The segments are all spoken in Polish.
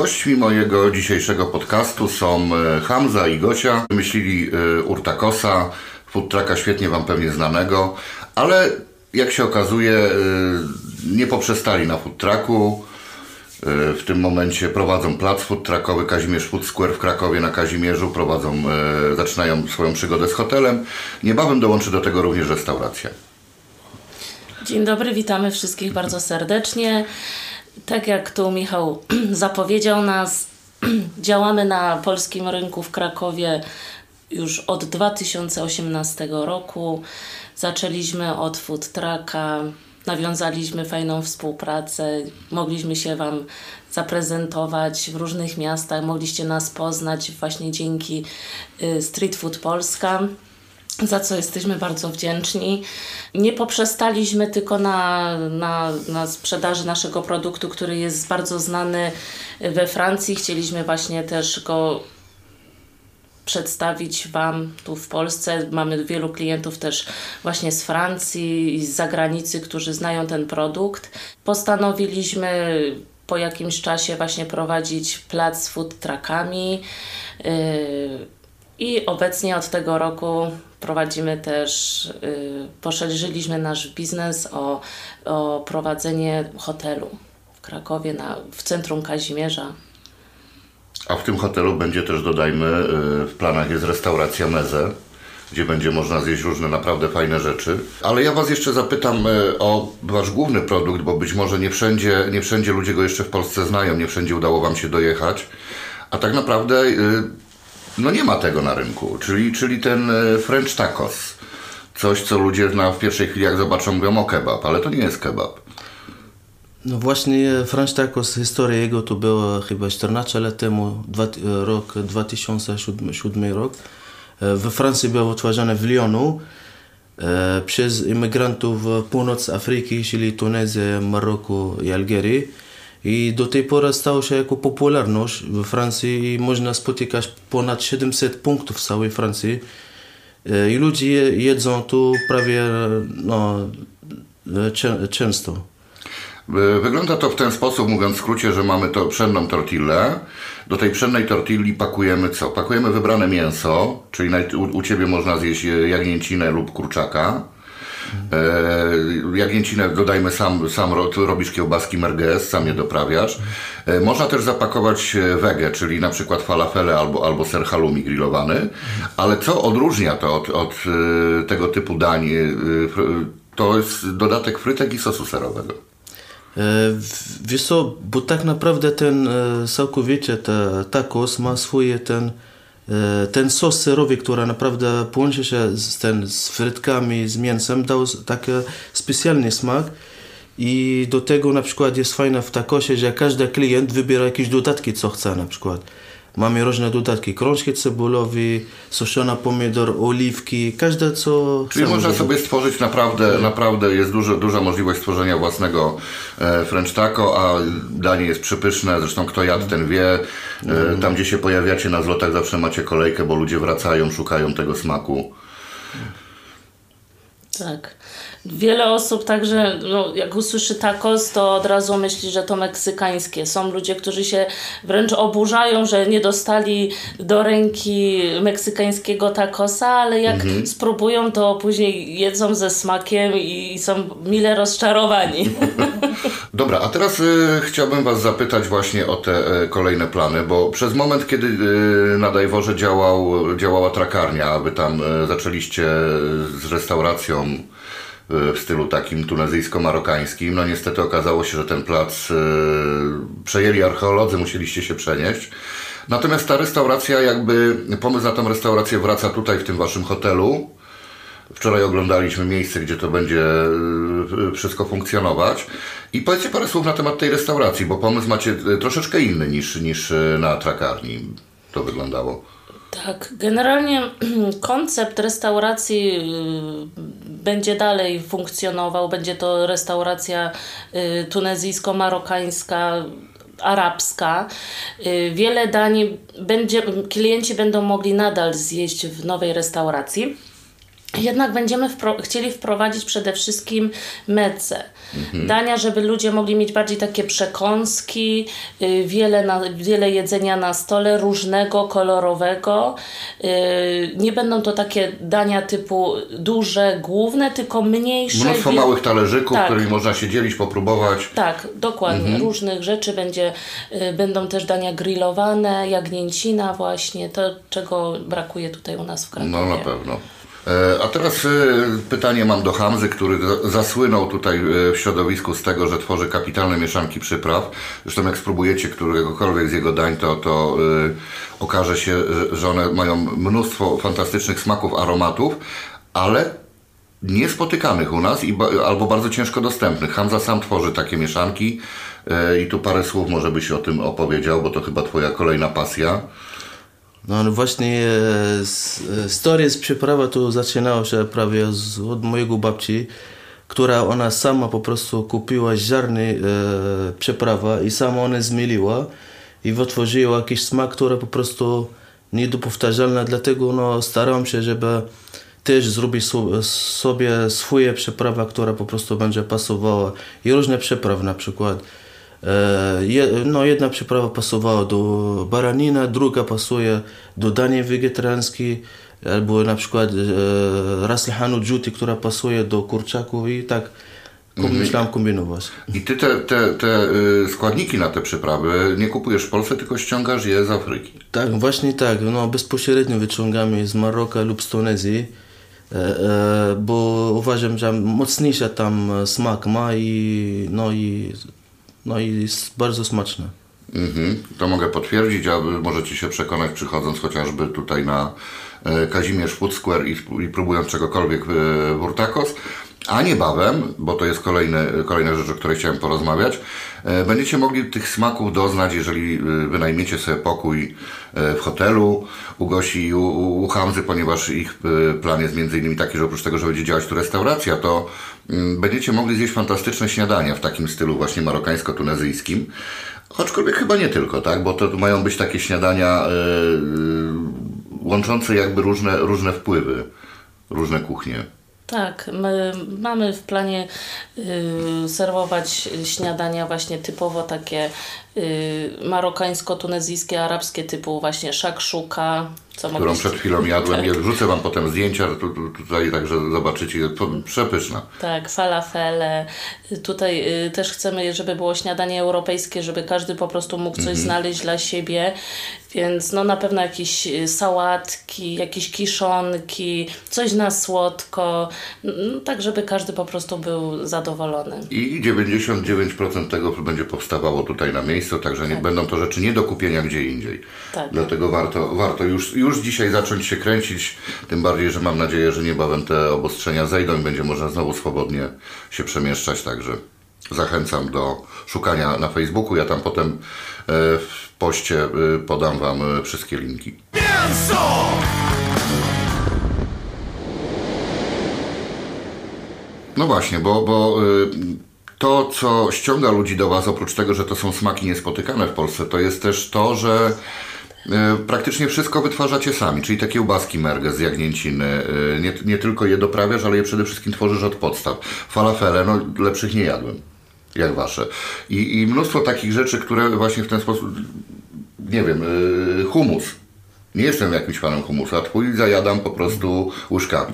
Gośćmi mojego dzisiejszego podcastu są Hamza i Gosia. Wymyślili Urtacosa, food trucka świetnie Wam pewnie znanego, ale jak się okazuje nie poprzestali na food trucku. W tym momencie prowadzą plac food truckowy Kazimierz Food Square w Krakowie na Kazimierzu. Zaczynają swoją przygodę z hotelem. Niebawem dołączy do tego również restauracja. Dzień dobry, witamy wszystkich bardzo serdecznie. Tak jak tu Michał zapowiedział nas, działamy na polskim rynku w Krakowie już od 2018 roku. Zaczęliśmy od food trucka, nawiązaliśmy fajną współpracę, mogliśmy się Wam zaprezentować w różnych miastach, mogliście nas poznać właśnie dzięki Street Food Polska, za co jesteśmy bardzo wdzięczni. Nie poprzestaliśmy tylko na sprzedaży naszego produktu, który jest bardzo znany we Francji. Chcieliśmy właśnie też go przedstawić Wam tu w Polsce. Mamy wielu klientów też właśnie z Francji i z zagranicy, którzy znają ten produkt. Postanowiliśmy po jakimś czasie właśnie prowadzić plac z food truckami i obecnie od tego roku prowadzimy też, poszerzyliśmy nasz biznes o prowadzenie hotelu w Krakowie, w centrum Kazimierza. A w tym hotelu będzie też, dodajmy, w planach jest restauracja Meze, gdzie będzie można zjeść różne naprawdę fajne rzeczy. Ale ja Was jeszcze zapytam o Wasz główny produkt, bo być może nie wszędzie ludzie go jeszcze w Polsce znają, nie wszędzie udało Wam się dojechać. A tak naprawdę nie ma tego na rynku, czyli ten French tacos. Coś, co ludzie w pierwszej chwili jak zobaczą, mówią o kebab, ale to nie jest kebab. No właśnie French tacos, historia jego to była chyba 14 lat temu, rok 2007 rok. We Francji był utworzony w Lyonu przez imigrantów północ Afryki, czyli Tunezję, Maroku i Algierii. I do tej pory stał się jako popularność we Francji i można spotykać ponad 700 punktów w całej Francji. I ludzie jedzą tu prawie często. Wygląda to w ten sposób, mówiąc w skrócie, że mamy pszenną tortillę. Do tej pszennej tortilli pakujemy co? Pakujemy wybrane mięso, czyli u Ciebie można zjeść jagnięcinę lub kurczaka. Jagnięcinę dodajmy sam robisz kiełbaski merguez, sam je doprawiasz. Można też zapakować wege, czyli na przykład falafele albo ser halloumi grillowany. Ale co odróżnia to od tego typu dań? To jest dodatek frytek i sosu serowego. Wiesz co, bo tak naprawdę ten całkowicie tacos ma swoje ten sos serowy, który naprawdę połączy się z frytkami, z mięsem, dał taki specjalny smak i do tego na przykład jest fajne w tacosie, że każdy klient wybiera jakieś dodatki, co chce na przykład. Mamy różne dodatki, krążki cebulowe, suszona pomidor, oliwki, każde co... Czyli można sobie stworzyć naprawdę jest duża możliwość stworzenia własnego French taco, a danie jest przepyszne, zresztą kto jadł, ten wie. Tam gdzie się pojawiacie na zlotach zawsze macie kolejkę, bo ludzie wracają, szukają tego smaku. Tak. Wiele osób także, jak usłyszy tacos, to od razu myśli, że to meksykańskie. Są ludzie, którzy się wręcz oburzają, że nie dostali do ręki meksykańskiego tacosa, ale jak spróbują, to później jedzą ze smakiem i są mile rozczarowani. Dobra, a teraz chciałbym Was zapytać właśnie o te kolejne plany, bo przez moment, kiedy na Dajworze działała trakarnia, a Wy tam zaczęliście z restauracją w stylu takim tunezyjsko-marokańskim. Niestety okazało się, że ten plac przejęli archeolodzy, musieliście się przenieść. Natomiast ta restauracja, pomysł na tę restaurację wraca tutaj w tym Waszym hotelu. Wczoraj oglądaliśmy miejsce, gdzie to będzie wszystko funkcjonować. I powiedzcie parę słów na temat tej restauracji, bo pomysł macie troszeczkę inny niż na trakarni to wyglądało. Tak, generalnie koncept restauracji będzie dalej funkcjonował. Będzie to restauracja tunezyjsko-marokańska, arabska. Wiele dań klienci będą mogli nadal zjeść w nowej restauracji. jednak będziemy chcieli wprowadzić przede wszystkim mezze. Dania, żeby ludzie mogli mieć bardziej takie przekąski, wiele jedzenia na stole, różnego, kolorowego. Nie będą to takie dania typu duże, główne, tylko mniejsze. Mnóstwo małych talerzyków, którymi można się dzielić, popróbować. Tak, dokładnie. Różnych rzeczy będą też dania grillowane, jagnięcina właśnie, to czego brakuje tutaj u nas w Krakowie. No na pewno. A teraz pytanie mam do Hamzy, który zasłynął tutaj w środowisku z tego, że tworzy kapitalne mieszanki przypraw. Zresztą jak spróbujecie któregokolwiek z jego dań, to okaże się, że one mają mnóstwo fantastycznych smaków, aromatów, ale niespotykanych u nas albo bardzo ciężko dostępnych. Hamza sam tworzy takie mieszanki i tu parę słów może byś o tym opowiedział, bo to chyba twoja kolejna pasja. No właśnie historia z przyprawy to zaczynało się prawie od mojego babci, która ona sama po prostu kupiła ziarny przyprawa i sama one zmieliła i wytworzyła jakiś smak, który po prostu niedopowtarzalny, dlatego starałem się, żeby też zrobić sobie swoje przyprawy, która po prostu będzie pasowała i różne przyprawy na przykład. Jedna przyprawa pasowała do baraniny, druga pasuje do dani wegetariańskiej, albo na przykład ras al-hanout dżuti, która pasuje do kurczaków i tak myślałem kombinować. I ty te składniki na te przyprawy nie kupujesz w Polsce, tylko ściągasz je z Afryki. Tak, właśnie tak. Bezpośrednio wyciągamy z Maroka lub z Tunezji, bo uważam, że mocniejszy tam smak ma i jest bardzo smaczne. To mogę potwierdzić, a możecie się przekonać przychodząc chociażby tutaj na Kazimierz Food Square i próbując czegokolwiek w Urtakos. A niebawem, bo to jest kolejna rzecz, o której chciałem porozmawiać, będziecie mogli tych smaków doznać, jeżeli wynajmiecie sobie pokój w hotelu u Gosi i u Hamzy, ponieważ ich plan jest między innymi taki, że oprócz tego, że będzie działać tu restauracja, to będziecie mogli zjeść fantastyczne śniadania w takim stylu właśnie marokańsko-tunezyjskim. Choćkolwiek chyba nie tylko, tak? Bo to mają być takie śniadania łączące jakby różne wpływy, różne kuchnie. Tak, my mamy w planie serwować śniadania właśnie typowo takie marokańsko-tunezyjskie, arabskie typu właśnie shakshuka. Którą przed chwilą jadłem. Tak. Wrzucę Wam potem zdjęcia, tutaj także zobaczycie. Przepyszna. Tak, falafele. Tutaj też chcemy, żeby było śniadanie europejskie, żeby każdy po prostu mógł coś znaleźć dla siebie. Więc na pewno jakieś sałatki, jakieś kiszonki, coś na słodko, tak żeby każdy po prostu był zadowolony. I 99% tego będzie powstawało tutaj na miejscu, także nie będą to rzeczy nie do kupienia gdzie indziej. Tak. Dlatego warto już dzisiaj zacząć się kręcić, tym bardziej, że mam nadzieję, że niebawem te obostrzenia zejdą i będzie można znowu swobodnie się przemieszczać, także zachęcam do szukania na Facebooku. Ja tam potem w poście podam Wam wszystkie linki. No właśnie, bo to, co ściąga ludzi do Was, oprócz tego, że to są smaki niespotykane w Polsce, to jest też to, że praktycznie wszystko wytwarzacie sami, czyli te kiełbaski merguez z jagnięciny. Nie tylko je doprawiasz, ale je przede wszystkim tworzysz od podstaw. Falafele, lepszych nie jadłem, jak Wasze. I mnóstwo takich rzeczy, które właśnie w ten sposób, nie wiem, hummus. Nie jestem jakimś fanem hummusu, a twój zajadam po prostu łyżkami.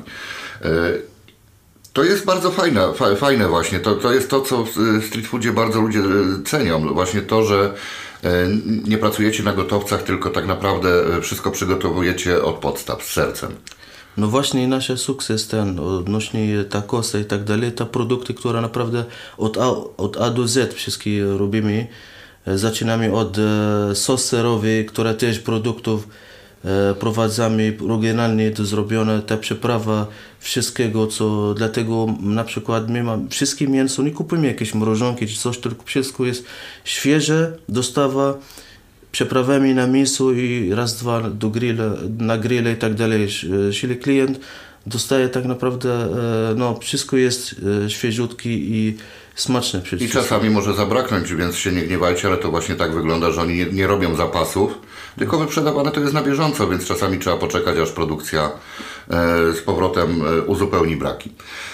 To jest bardzo fajne właśnie. To jest to, co w street foodzie bardzo ludzie cenią. Właśnie to, że nie pracujecie na gotowcach, tylko tak naprawdę wszystko przygotowujecie od podstaw, z sercem. No właśnie nasz sukces odnośnie tacosa i tak dalej, te produkty, które naprawdę od A do Z wszystkie robimy. Zaczynamy od sos serowy, które też produktów prowadzamy oryginalnie to zrobione, ta przyprawa wszystkiego, co dlatego na przykład my mamy wszystkie mięso, nie kupujemy jakieś mrożonki czy coś, tylko wszystko jest świeże, dostawa, przeprawiamy na mięso i raz, dwa na grilla i tak dalej. Jeśli klient dostaje tak naprawdę, no wszystko jest świeżutkie i smaczne przede I wszystkim. czasami może zabraknąć, więc się nie gniewajcie, ale to właśnie tak wygląda, że oni nie robią zapasów, tylko wyprzedawane to jest na bieżąco, więc czasami trzeba poczekać, aż produkcja z powrotem uzupełni braki.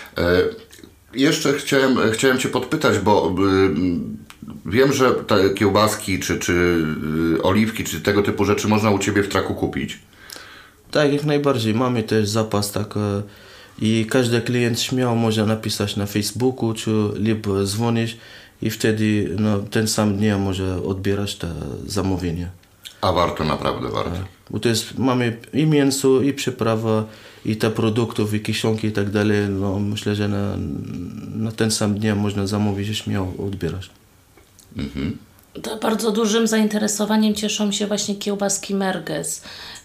Jeszcze chciałem Cię podpytać, bo wiem, że te kiełbaski, czy oliwki, czy tego typu rzeczy można u Ciebie w Traku kupić. Tak, jak najbardziej. Mamy też zapas tak i każdy klient śmiało może napisać na Facebooku, czy lub dzwonić i wtedy no, ten sam dzień może odbierać to zamówienie. A warto, naprawdę warto. Bo to jest, mamy i mięso, i przyprawa, i te produktów, i kieszonki i tak dalej. No, myślę, że na ten sam dzień można zamówić i śmiało odbierać. To bardzo dużym zainteresowaniem cieszą się właśnie kiełbaski merguez.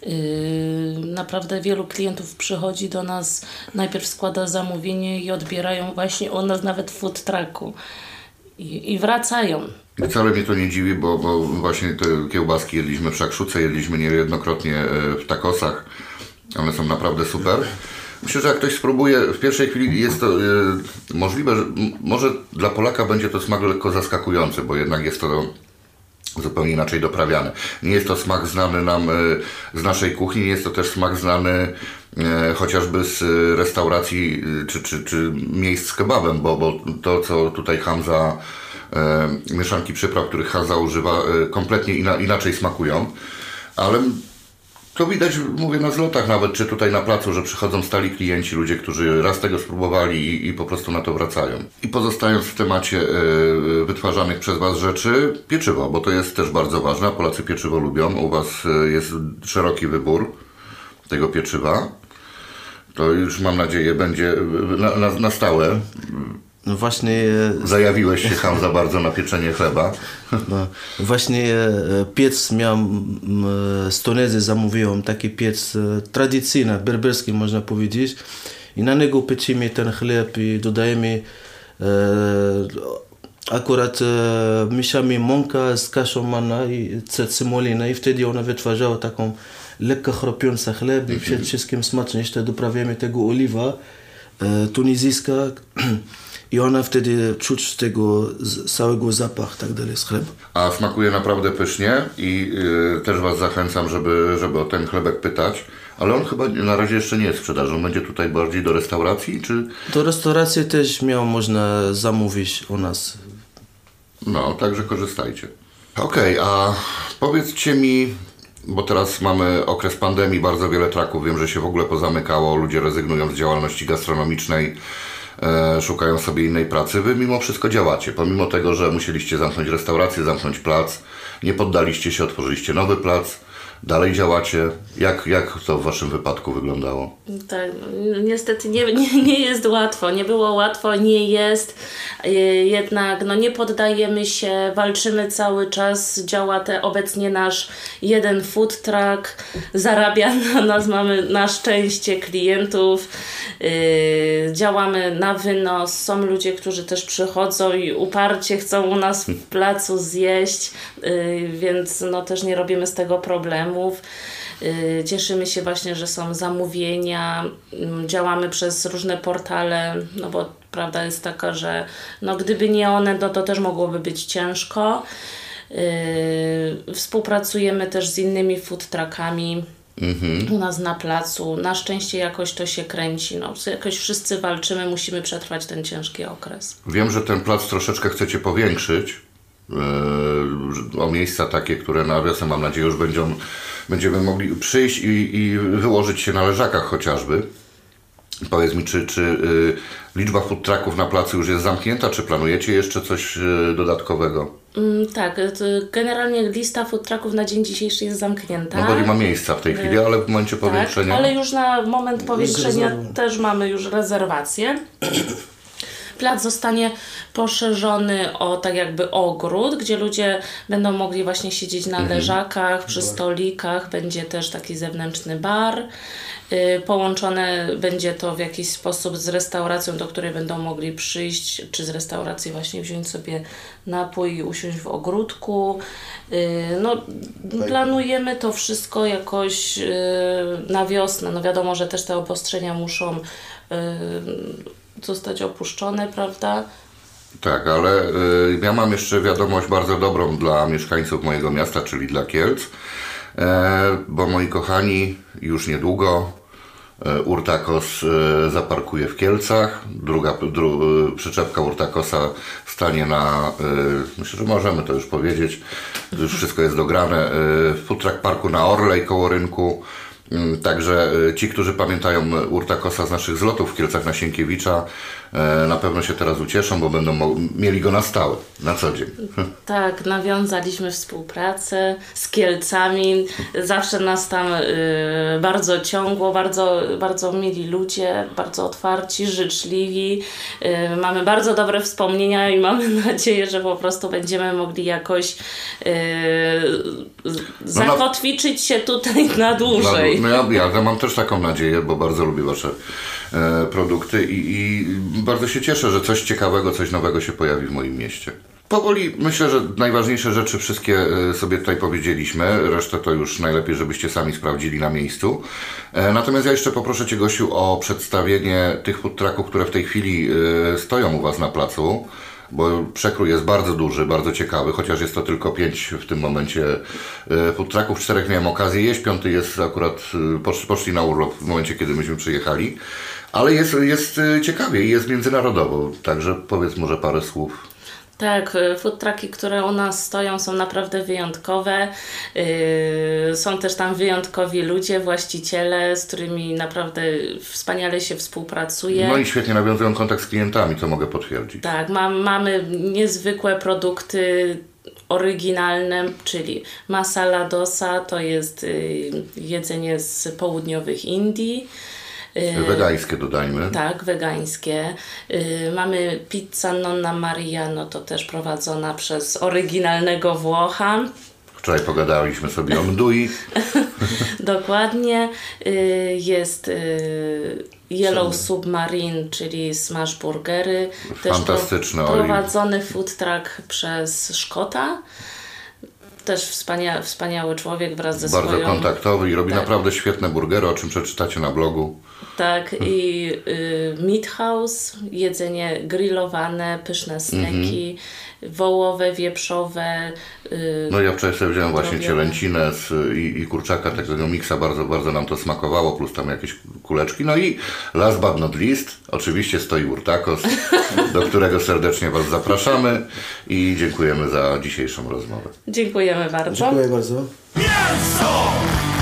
Naprawdę wielu klientów przychodzi do nas, najpierw składa zamówienie i odbierają właśnie u nas nawet w food trucku. I wracają. I wcale mnie to nie dziwi, bo właśnie te kiełbaski jedliśmy w Szakszuce, jedliśmy niejednokrotnie w tacosach. One są naprawdę super. Myślę, że jak ktoś spróbuje, w pierwszej chwili jest to możliwe, że może dla Polaka będzie to smak lekko zaskakujący, bo jednak jest to zupełnie inaczej doprawiane. Nie jest to smak znany nam z naszej kuchni, nie jest to też smak znany chociażby z restauracji czy miejsc z kebabem, bo to, co tutaj Hamza, mieszanki przypraw, których Hamza używa, kompletnie inaczej smakują, ale to widać, mówię, na zlotach nawet, czy tutaj na placu, że przychodzą stali klienci, ludzie, którzy raz tego spróbowali i po prostu na to wracają. I pozostając w temacie wytwarzanych przez Was rzeczy, pieczywo, bo to jest też bardzo ważne, Polacy pieczywo lubią, u Was jest szeroki wybór tego pieczywa. To już mam nadzieję będzie na stałe. No właśnie... Zajawiłeś się, Hamza, bardzo na pieczenie chleba. No, właśnie piec miałem z Tunezji, zamówiłem taki piec tradycyjny, berberski można powiedzieć. I na niego piecimy ten chleb i dodajemy akurat mieszamy mąkę z kaszą manna i cymolina i wtedy ona wytwarzała taką lekko chrupiący chleb i przede wszystkim smacznie. Jeszcze doprawiamy tego oliwa tunezyjska i ona wtedy czuć tego całego zapach tak dalej z chleba. A smakuje naprawdę pysznie i też Was zachęcam, żeby o ten chlebek pytać. Ale on chyba na razie jeszcze nie jest w sprzedaży. On będzie tutaj bardziej do restauracji, czy... Do restauracji też można zamówić u nas. No, także korzystajcie. Okej, a powiedzcie mi, bo teraz mamy okres pandemii, bardzo wiele traków, wiem, że się w ogóle pozamykało, ludzie rezygnują z działalności gastronomicznej, szukają sobie innej pracy. Wy mimo wszystko działacie, pomimo tego, że musieliście zamknąć restaurację, zamknąć plac, nie poddaliście się, otworzyliście nowy plac, dalej działacie. Jak to w Waszym wypadku wyglądało? Tak, niestety nie jest łatwo, nie było łatwo, nie jest, jednak no nie poddajemy się, walczymy cały czas, działa obecnie nasz jeden food truck, zarabia na nas, mamy na szczęście klientów, działamy na wynos, są ludzie, którzy też przychodzą i uparcie chcą u nas w placu zjeść, więc no też nie robimy z tego problemów. Cieszymy się właśnie, że są zamówienia, działamy przez różne portale, no bo prawda jest taka, że no gdyby nie one, to też mogłoby być ciężko. Współpracujemy też z innymi food truckami u nas na placu. Na szczęście jakoś to się kręci. No, jakoś wszyscy walczymy, musimy przetrwać ten ciężki okres. Wiem, że ten plac troszeczkę chcecie powiększyć o miejsca takie, które na wiosnę, mam nadzieję, już będziemy mogli przyjść i wyłożyć się na leżakach chociażby. Powiedz mi, czy liczba food trucków na placu już jest zamknięta, czy planujecie jeszcze coś dodatkowego? Tak, generalnie lista food trucków na dzień dzisiejszy jest zamknięta. No bo nie ma miejsca w tej chwili, ale w momencie powiększenia... Tak, ale już na moment powiększenia też mamy już rezerwację. Plac zostanie poszerzony o tak jakby ogród, gdzie ludzie będą mogli właśnie siedzieć na leżakach, przy stolikach. Będzie też taki zewnętrzny bar. Połączone będzie to w jakiś sposób z restauracją, do której będą mogli przyjść, czy z restauracji właśnie wziąć sobie napój i usiąść w ogródku. No, planujemy to wszystko jakoś na wiosnę. No wiadomo, że też te obostrzenia muszą zostać opuszczone, prawda? Tak, ale ja mam jeszcze wiadomość bardzo dobrą dla mieszkańców mojego miasta, czyli dla Kielc, bo moi kochani, już niedługo Urtakos zaparkuje w Kielcach, przyczepka Urtakosa stanie na, myślę, że możemy to już powiedzieć, już wszystko jest dograne, w Food Truck Parku na Orlej koło rynku. Także ci, którzy pamiętają Urtakosa z naszych zlotów w Kielcach na Sienkiewicza, na pewno się teraz ucieszą, bo będą mieli go na stałe, na co dzień. Tak, nawiązaliśmy współpracę z Kielcami. Zawsze nas tam bardzo ciągło, bardzo mili ludzie, bardzo otwarci, życzliwi. Mamy bardzo dobre wspomnienia i mamy nadzieję, że po prostu będziemy mogli jakoś zakotwiczyć się tutaj na dłużej. Ja mam też taką nadzieję, bo bardzo lubię Wasze produkty i bardzo się cieszę, że coś ciekawego, coś nowego się pojawi w moim mieście. Powoli myślę, że najważniejsze rzeczy wszystkie sobie tutaj powiedzieliśmy, resztę to już najlepiej, żebyście sami sprawdzili na miejscu. Natomiast ja jeszcze poproszę Cię, Gosiu, o przedstawienie tych food trucków, które w tej chwili stoją u Was na placu, bo przekrój jest bardzo duży, bardzo ciekawy, chociaż jest to tylko 5 w tym momencie food trucków, 4 miałem okazję jeść, 5 jest akurat, poszli na urlop w momencie, kiedy myśmy przyjechali, ale jest ciekawie i jest międzynarodowo, także powiedz może parę słów. Tak, food trucki, które u nas stoją, są naprawdę wyjątkowe. Są też tam wyjątkowi ludzie, właściciele, z którymi naprawdę wspaniale się współpracuje. No i świetnie nawiązują kontakt z klientami, to mogę potwierdzić. Tak, mamy niezwykłe produkty oryginalne, czyli masala dosa, to jest jedzenie z południowych Indii. Wegańskie dodajmy. Tak, wegańskie. Mamy pizza Nonna Maria, no to też prowadzona przez oryginalnego Włocha. Wczoraj pogadaliśmy sobie o mdui. Dokładnie. Jest Yellow Submarine, czyli smash burgery. Fantastyczny też prowadzony food truck przez Szkota. Też wspaniały człowiek wraz ze bardzo swoją... Bardzo kontaktowy i robi tak. naprawdę świetne burgery, o czym przeczytacie na blogu. Tak, i Meat House, jedzenie grillowane, pyszne steki, wołowe, wieprzowe. No ja wczoraj sobie wziąłem właśnie cielęcinę i kurczaka, takiego miksa, bardzo, bardzo nam to smakowało, plus tam jakieś kuleczki. No i last but not least, oczywiście stoi Urtakos, do którego serdecznie Was zapraszamy i dziękujemy za dzisiejszą rozmowę. Dziękujemy bardzo. Dziękuję bardzo. Mięso!